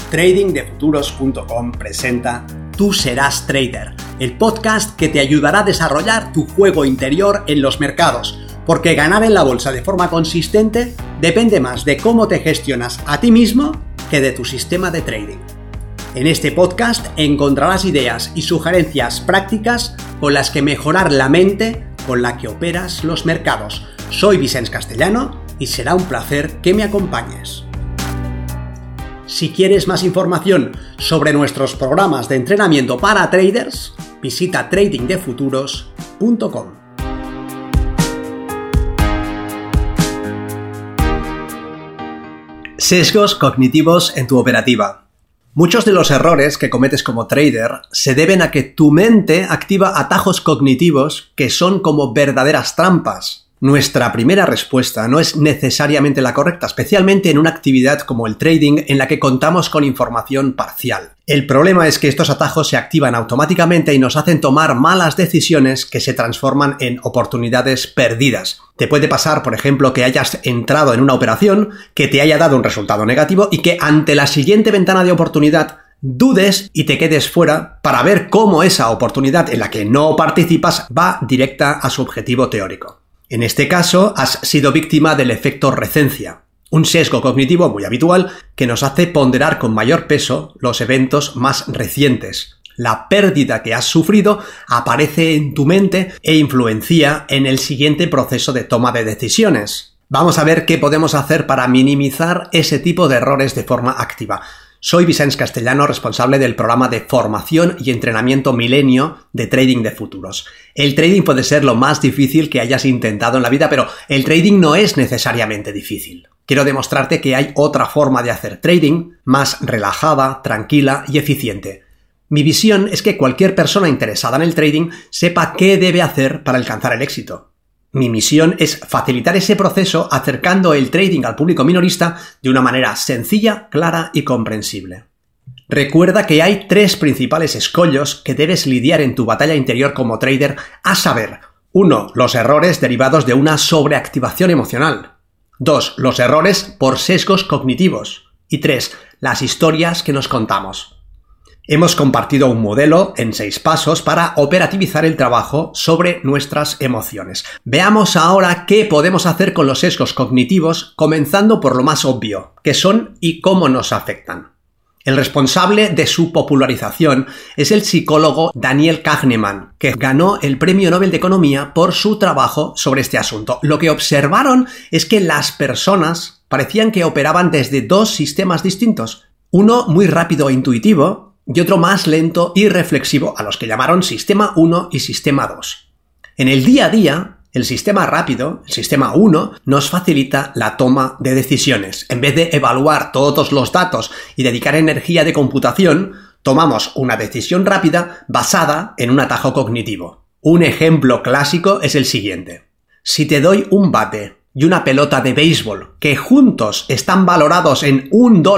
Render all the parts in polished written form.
tradingdefuturos.com presenta Tú serás trader, el podcast que te ayudará a desarrollar tu juego interior en los mercados, porque ganar en la bolsa de forma consistente depende más de cómo te gestionas a ti mismo que de tu sistema de trading. En este podcast encontrarás ideas y sugerencias prácticas con las que mejorar la mente con la que operas los mercados. Soy Vicens Castellano y será un placer que me acompañes. Si quieres más información sobre nuestros programas de entrenamiento para traders, visita tradingdefuturos.com. Sesgos cognitivos en tu operativa. Muchos de los errores que cometes como trader se deben a que tu mente activa atajos cognitivos que son como verdaderas trampas. Nuestra primera respuesta no es necesariamente la correcta, especialmente en una actividad como el trading en la que contamos con información parcial. El problema es que estos atajos se activan automáticamente y nos hacen tomar malas decisiones que se transforman en oportunidades perdidas. Te puede pasar, por ejemplo, que hayas entrado en una operación que te haya dado un resultado negativo y que ante la siguiente ventana de oportunidad dudes y te quedes fuera para ver cómo esa oportunidad en la que no participas va directa a su objetivo teórico. En este caso, has sido víctima del efecto recencia, un sesgo cognitivo muy habitual que nos hace ponderar con mayor peso los eventos más recientes. La pérdida que has sufrido aparece en tu mente e influencia en el siguiente proceso de toma de decisiones. Vamos a ver qué podemos hacer para minimizar ese tipo de errores de forma activa. Soy Vicens Castellano, responsable del programa de formación y entrenamiento Milenio de Trading de Futuros. El trading puede ser lo más difícil que hayas intentado en la vida, pero el trading no es necesariamente difícil. Quiero demostrarte que hay otra forma de hacer trading, más relajada, tranquila y eficiente. Mi visión es que cualquier persona interesada en el trading sepa qué debe hacer para alcanzar el éxito. Mi misión es facilitar ese proceso acercando el trading al público minorista de una manera sencilla, clara y comprensible. Recuerda que hay 3 principales escollos que debes lidiar en tu batalla interior como trader, a saber: 1. Los errores derivados de una sobreactivación emocional. 2. Los errores por sesgos cognitivos. Y 3. Las historias que nos contamos. Hemos compartido un modelo en 6 pasos para operativizar el trabajo sobre nuestras emociones. Veamos ahora qué podemos hacer con los sesgos cognitivos, comenzando por lo más obvio, qué son y cómo nos afectan. El responsable de su popularización es el psicólogo Daniel Kahneman, que ganó el Premio Nobel de Economía por su trabajo sobre este asunto. Lo que observaron es que las personas parecían que operaban desde 2 sistemas distintos, uno muy rápido e intuitivo, y otro más lento y reflexivo, a los que llamaron Sistema 1 y Sistema 2. En el día a día, el sistema rápido, el Sistema 1, nos facilita la toma de decisiones. En vez de evaluar todos los datos y dedicar energía de computación, tomamos una decisión rápida basada en un atajo cognitivo. Un ejemplo clásico es el siguiente. Si te doy un bate y una pelota de béisbol que juntos están valorados en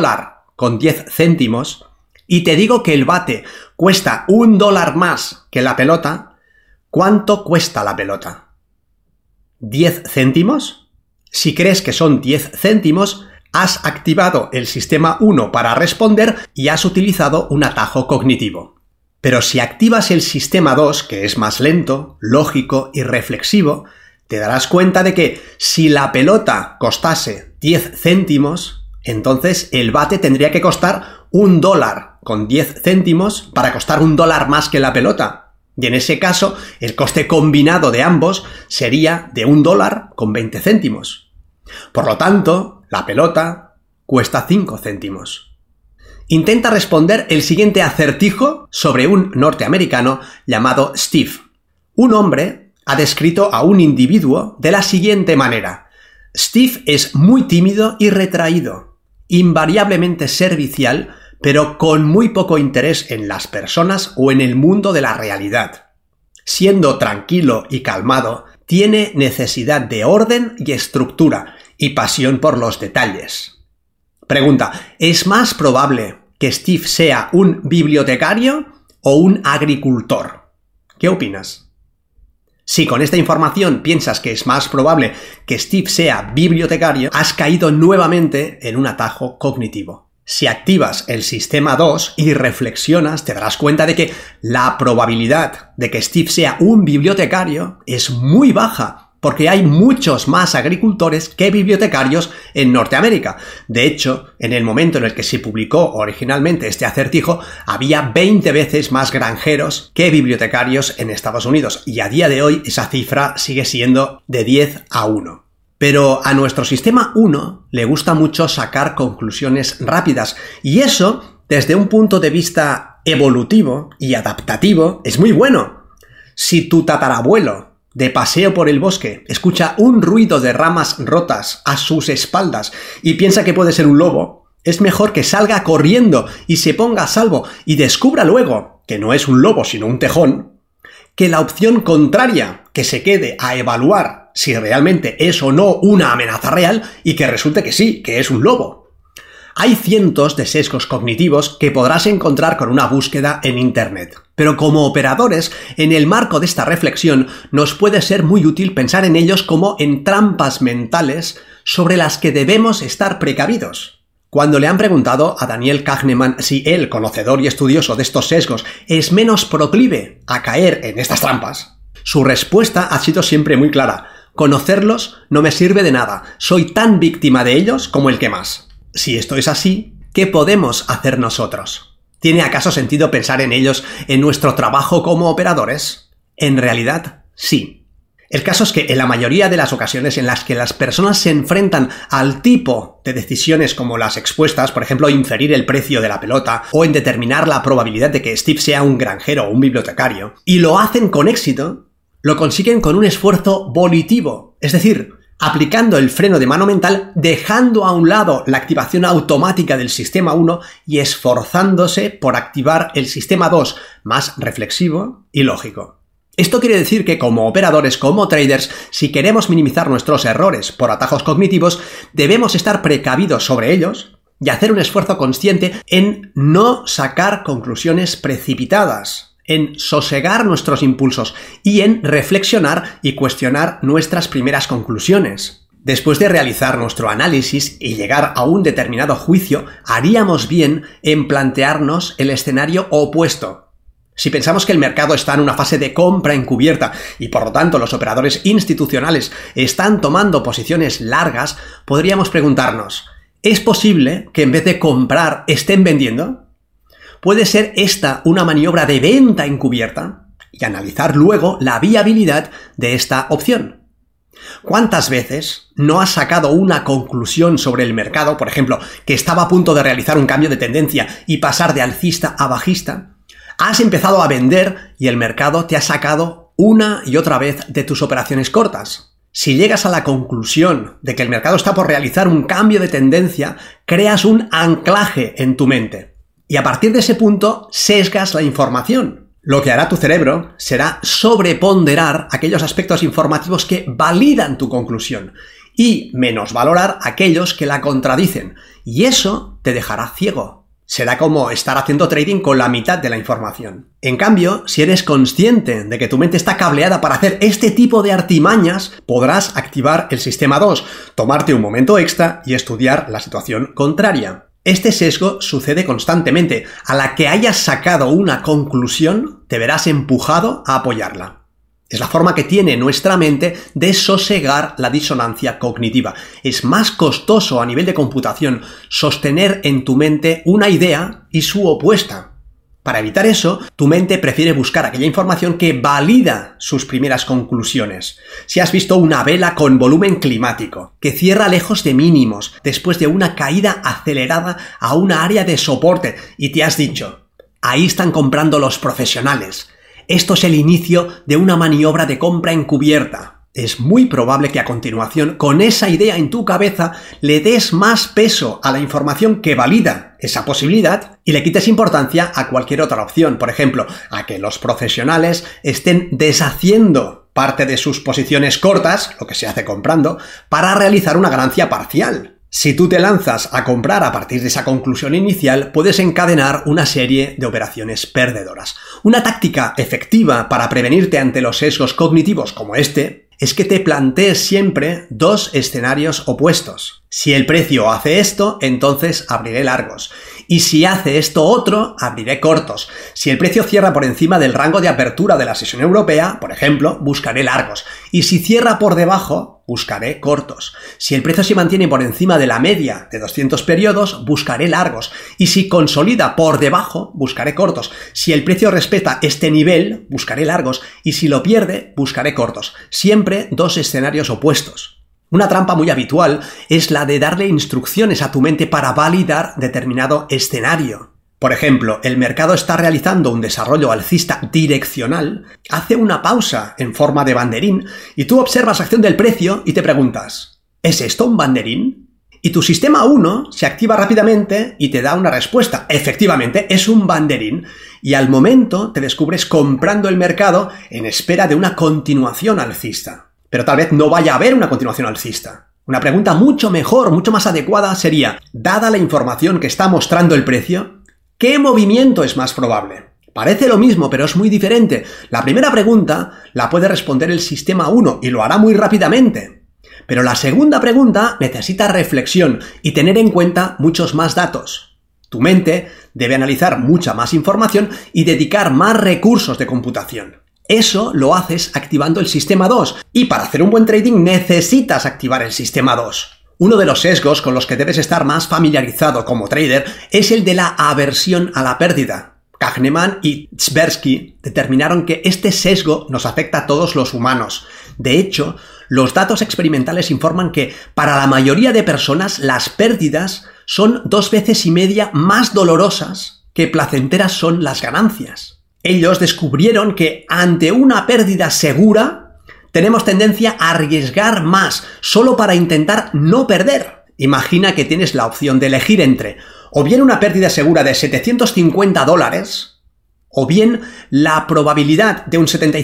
$1.10, y te digo que el bate cuesta $1 más que la pelota, ¿cuánto cuesta la pelota? ¿10 céntimos? Si crees que son 10 céntimos, has activado el sistema 1 para responder y has utilizado un atajo cognitivo. Pero si activas el sistema 2, que es más lento, lógico y reflexivo, te darás cuenta de que si la pelota costase 10 céntimos, entonces el bate tendría que costar $1.10 para costar $1 más que la pelota. Y en ese caso, el coste combinado de ambos sería de $1.20. Por lo tanto, la pelota cuesta 5 céntimos. Intenta responder el siguiente acertijo sobre un norteamericano llamado Steve. Un hombre ha descrito a un individuo de la siguiente manera: Steve es muy tímido y retraído, invariablemente servicial, pero con muy poco interés en las personas o en el mundo de la realidad. Siendo tranquilo y calmado, tiene necesidad de orden y estructura y pasión por los detalles. Pregunta: ¿es más probable que Steve sea un bibliotecario o un agricultor? ¿Qué opinas? Si con esta información piensas que es más probable que Steve sea bibliotecario, has caído nuevamente en un atajo cognitivo. Si activas el sistema 2 y reflexionas, te darás cuenta de que la probabilidad de que Steve sea un bibliotecario es muy baja, porque hay muchos más agricultores que bibliotecarios en Norteamérica. De hecho, en el momento en el que se publicó originalmente este acertijo, había 20 veces más granjeros que bibliotecarios en Estados Unidos, y a día de hoy esa cifra sigue siendo de 10 a 1. Pero a nuestro sistema 1 le gusta mucho sacar conclusiones rápidas, y eso, desde un punto de vista evolutivo y adaptativo, es muy bueno. Si tu tatarabuelo, de paseo por el bosque, escucha un ruido de ramas rotas a sus espaldas y piensa que puede ser un lobo, es mejor que salga corriendo y se ponga a salvo y descubra luego que no es un lobo sino un tejón, que la opción contraria, que se quede a evaluar si realmente es o no una amenaza real y que resulte que sí, que es un lobo. Hay cientos de sesgos cognitivos que podrás encontrar con una búsqueda en Internet. Pero como operadores, en el marco de esta reflexión, nos puede ser muy útil pensar en ellos como en trampas mentales sobre las que debemos estar precavidos. Cuando le han preguntado a Daniel Kahneman si él, conocedor y estudioso de estos sesgos, es menos proclive a caer en estas trampas, su respuesta ha sido siempre muy clara: conocerlos no me sirve de nada, soy tan víctima de ellos como el que más. Si esto es así, ¿qué podemos hacer nosotros? ¿Tiene acaso sentido pensar en ellos en nuestro trabajo como operadores? En realidad, sí. El caso es que en la mayoría de las ocasiones en las que las personas se enfrentan al tipo de decisiones como las expuestas, por ejemplo, inferir el precio de la pelota o en determinar la probabilidad de que Steve sea un granjero o un bibliotecario, y lo hacen con éxito, lo consiguen con un esfuerzo volitivo, es decir, aplicando el freno de mano mental, dejando a un lado la activación automática del sistema 1 y esforzándose por activar el sistema 2, más reflexivo y lógico. Esto quiere decir que como operadores, como traders, si queremos minimizar nuestros errores por atajos cognitivos, debemos estar precavidos sobre ellos y hacer un esfuerzo consciente en no sacar conclusiones precipitadas, en sosegar nuestros impulsos y en reflexionar y cuestionar nuestras primeras conclusiones. Después de realizar nuestro análisis y llegar a un determinado juicio, haríamos bien en plantearnos el escenario opuesto. Si pensamos que el mercado está en una fase de compra encubierta y por lo tanto los operadores institucionales están tomando posiciones largas, podríamos preguntarnos: ¿es posible que en vez de comprar estén vendiendo? ¿Puede ser esta una maniobra de venta encubierta? Y analizar luego la viabilidad de esta opción. ¿Cuántas veces no has sacado una conclusión sobre el mercado, por ejemplo, que estaba a punto de realizar un cambio de tendencia y pasar de alcista a bajista? Has empezado a vender y el mercado te ha sacado una y otra vez de tus operaciones cortas. Si llegas a la conclusión de que el mercado está por realizar un cambio de tendencia, creas un anclaje en tu mente. Y a partir de ese punto, sesgas la información. Lo que hará tu cerebro será sobreponderar aquellos aspectos informativos que validan tu conclusión y menosvalorar aquellos que la contradicen. Y eso te dejará ciego. Será como estar haciendo trading con la mitad de la información. En cambio, si eres consciente de que tu mente está cableada para hacer este tipo de artimañas, podrás activar el sistema 2, tomarte un momento extra y estudiar la situación contraria. Este sesgo sucede constantemente. A la que hayas sacado una conclusión, te verás empujado a apoyarla. Es la forma que tiene nuestra mente de sosegar la disonancia cognitiva. Es más costoso a nivel de computación sostener en tu mente una idea y su opuesta. Para evitar eso, tu mente prefiere buscar aquella información que valida sus primeras conclusiones. Si has visto una vela con volumen climático, que cierra lejos de mínimos, después de una caída acelerada a una área de soporte, y te has dicho: ahí están comprando los profesionales. Esto es el inicio de una maniobra de compra encubierta. Es muy probable que a continuación, con esa idea en tu cabeza, le des más peso a la información que valida esa posibilidad y le quites importancia a cualquier otra opción. Por ejemplo, a que los profesionales estén deshaciendo parte de sus posiciones cortas, lo que se hace comprando, para realizar una ganancia parcial. Si tú te lanzas a comprar a partir de esa conclusión inicial, puedes encadenar una serie de operaciones perdedoras. Una táctica efectiva para prevenirte ante los sesgos cognitivos como este es que te plantees siempre dos escenarios opuestos. Si el precio hace esto, entonces abriré largos. Y si hace esto otro, abriré cortos. Si el precio cierra por encima del rango de apertura de la sesión europea, por ejemplo, buscaré largos. Y si cierra por debajo, buscaré cortos. Si el precio se mantiene por encima de la media de 200 periodos, buscaré largos. Y si consolida por debajo, buscaré cortos. Si el precio respeta este nivel, buscaré largos. Y si lo pierde, buscaré cortos. Siempre dos escenarios opuestos. Una trampa muy habitual es la de darle instrucciones a tu mente para validar determinado escenario. Por ejemplo, el mercado está realizando un desarrollo alcista direccional, hace una pausa en forma de banderín y tú observas la acción del precio y te preguntas, ¿es esto un banderín? Y tu sistema 1 se activa rápidamente y te da una respuesta. Efectivamente, es un banderín. Y al momento te descubres comprando el mercado en espera de una continuación alcista. Pero tal vez no vaya a haber una continuación alcista. Una pregunta mucho mejor, mucho más adecuada sería, dada la información que está mostrando el precio, ¿qué movimiento es más probable? Parece lo mismo, pero es muy diferente. La primera pregunta la puede responder el sistema 1 y lo hará muy rápidamente. Pero la segunda pregunta necesita reflexión y tener en cuenta muchos más datos. Tu mente debe analizar mucha más información y dedicar más recursos de computación. Eso lo haces activando el sistema 2 y para hacer un buen trading necesitas activar el sistema 2. Uno de los sesgos con los que debes estar más familiarizado como trader es el de la aversión a la pérdida. Kahneman y Tversky determinaron que este sesgo nos afecta a todos los humanos. De hecho, los datos experimentales informan que para la mayoría de personas las pérdidas son 2,5 veces más dolorosas que placenteras son las ganancias. Ellos descubrieron que ante una pérdida segura tenemos tendencia a arriesgar más solo para intentar no perder. Imagina que tienes la opción de elegir entre o bien una pérdida segura de $750 o bien la probabilidad de un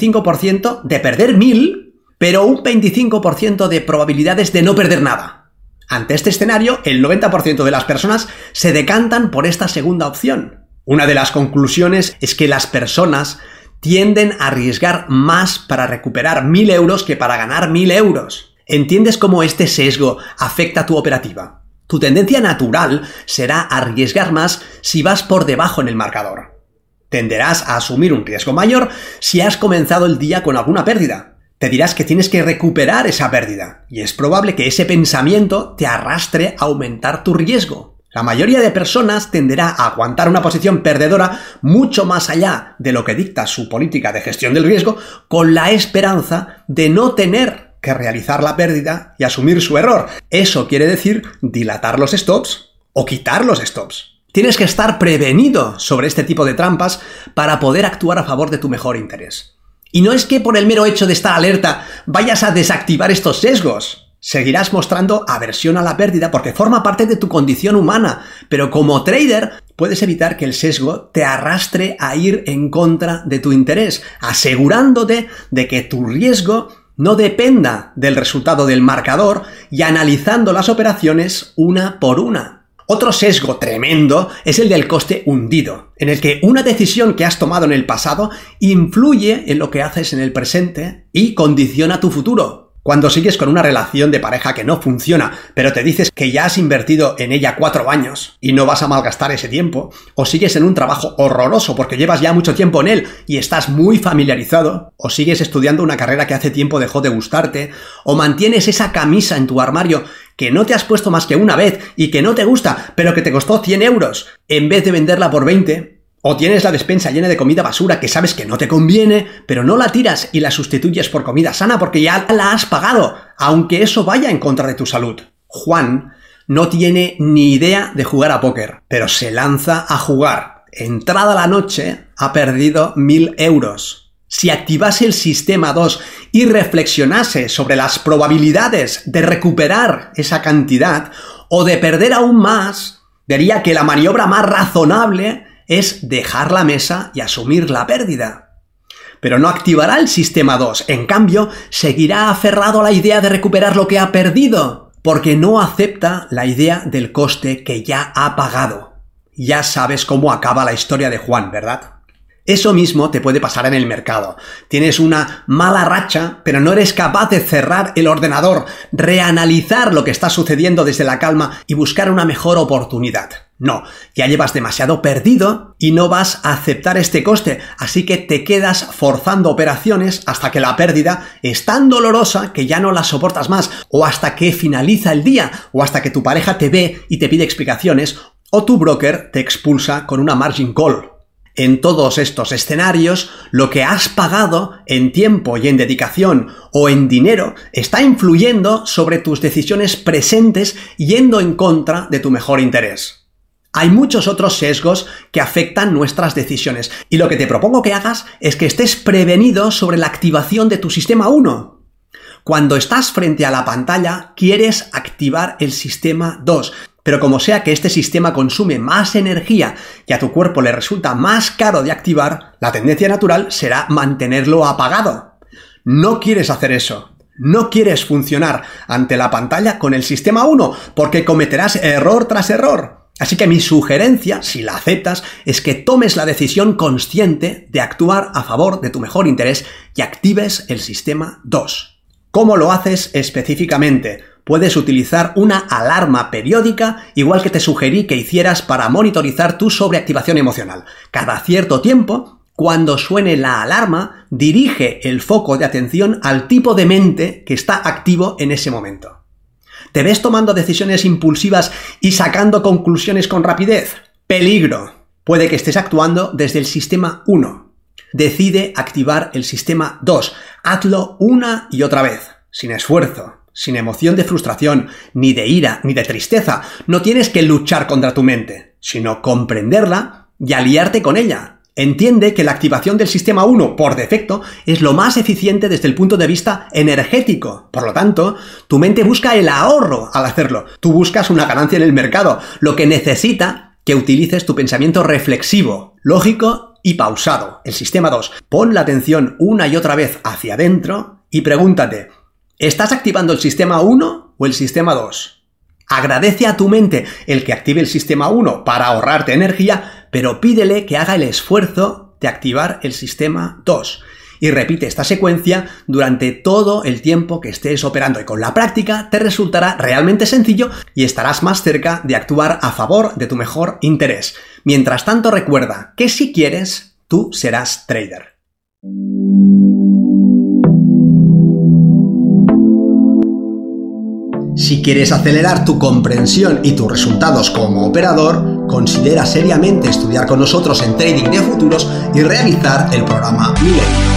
75% de perder 1.000, pero un 25% de probabilidades de no perder nada. Ante este escenario, el 90% de las personas se decantan por esta segunda opción. Una de las conclusiones es que las personas tienden a arriesgar más para recuperar 1.000 euros que para ganar 1.000 euros. ¿Entiendes cómo este sesgo afecta tu operativa? Tu tendencia natural será arriesgar más si vas por debajo en el marcador. Tenderás a asumir un riesgo mayor si has comenzado el día con alguna pérdida. Te dirás que tienes que recuperar esa pérdida y es probable que ese pensamiento te arrastre a aumentar tu riesgo. La mayoría de personas tenderá a aguantar una posición perdedora mucho más allá de lo que dicta su política de gestión del riesgo, con la esperanza de no tener que realizar la pérdida y asumir su error. Eso quiere decir dilatar los stops o quitar los stops. Tienes que estar prevenido sobre este tipo de trampas para poder actuar a favor de tu mejor interés. Y no es que por el mero hecho de estar alerta vayas a desactivar estos sesgos. Seguirás mostrando aversión a la pérdida porque forma parte de tu condición humana, pero como trader puedes evitar que el sesgo te arrastre a ir en contra de tu interés, asegurándote de que tu riesgo no dependa del resultado del marcador y analizando las operaciones una por una. Otro sesgo tremendo es el del coste hundido, en el que una decisión que has tomado en el pasado influye en lo que haces en el presente y condiciona tu futuro. Cuando sigues con una relación de pareja que no funciona, pero te dices que ya has invertido en ella 4 años y no vas a malgastar ese tiempo, o sigues en un trabajo horroroso porque llevas ya mucho tiempo en él y estás muy familiarizado, o sigues estudiando una carrera que hace tiempo dejó de gustarte, o mantienes esa camisa en tu armario que no te has puesto más que una vez y que no te gusta, pero que te costó 100 euros, en vez de venderla por 20, o tienes la despensa llena de comida basura que sabes que no te conviene, pero no la tiras y la sustituyes por comida sana porque ya la has pagado, aunque eso vaya en contra de tu salud. Juan no tiene ni idea de jugar a póker, pero se lanza a jugar. Entrada la noche, ha perdido 1.000 euros. Si activase el sistema 2 y reflexionase sobre las probabilidades de recuperar esa cantidad o de perder aún más, diría que la maniobra más razonable es dejar la mesa y asumir la pérdida. Pero no activará el sistema 2, en cambio, seguirá aferrado a la idea de recuperar lo que ha perdido, porque no acepta la idea del coste que ya ha pagado. Ya sabes cómo acaba la historia de Juan, ¿verdad? Eso mismo te puede pasar en el mercado. Tienes una mala racha, pero no eres capaz de cerrar el ordenador, reanalizar lo que está sucediendo desde la calma y buscar una mejor oportunidad. No, ya llevas demasiado perdido y no vas a aceptar este coste, así que te quedas forzando operaciones hasta que la pérdida es tan dolorosa que ya no la soportas más, o hasta que finaliza el día, o hasta que tu pareja te ve y te pide explicaciones, o tu broker te expulsa con una margin call. En todos estos escenarios, lo que has pagado en tiempo y en dedicación o en dinero está influyendo sobre tus decisiones presentes yendo en contra de tu mejor interés. Hay muchos otros sesgos que afectan nuestras decisiones y lo que te propongo que hagas es que estés prevenido sobre la activación de tu sistema 1. Cuando estás frente a la pantalla, quieres activar el sistema 2. Pero como sea que este sistema consume más energía y a tu cuerpo le resulta más caro de activar, la tendencia natural será mantenerlo apagado. No quieres hacer eso. No quieres funcionar ante la pantalla con el sistema 1 porque cometerás error tras error. Así que mi sugerencia, si la aceptas, es que tomes la decisión consciente de actuar a favor de tu mejor interés y actives el sistema 2. ¿Cómo lo haces específicamente? Puedes utilizar una alarma periódica, igual que te sugerí que hicieras para monitorizar tu sobreactivación emocional. Cada cierto tiempo, cuando suene la alarma, dirige el foco de atención al tipo de mente que está activo en ese momento. ¿Te ves tomando decisiones impulsivas y sacando conclusiones con rapidez? ¡Peligro! Puede que estés actuando desde el sistema 1. Decide activar el sistema 2. Hazlo una y otra vez, sin esfuerzo. Sin emoción de frustración, ni de ira, ni de tristeza. No tienes que luchar contra tu mente, sino comprenderla y aliarte con ella. Entiende que la activación del sistema 1, por defecto, es lo más eficiente desde el punto de vista energético. Por lo tanto, tu mente busca el ahorro al hacerlo. Tú buscas una ganancia en el mercado, lo que necesita que utilices tu pensamiento reflexivo, lógico y pausado. El sistema 2. Pon la atención una y otra vez hacia adentro y pregúntate: ¿estás activando el sistema 1 o el sistema 2? Agradece a tu mente el que active el sistema 1 para ahorrarte energía, pero pídele que haga el esfuerzo de activar el sistema 2. Y repite esta secuencia durante todo el tiempo que estés operando y con la práctica te resultará realmente sencillo y estarás más cerca de actuar a favor de tu mejor interés. Mientras tanto, recuerda que si quieres, tú serás trader. Si quieres acelerar tu comprensión y tus resultados como operador, considera seriamente estudiar con nosotros en Trading de Futuros y realizar el programa Milenio.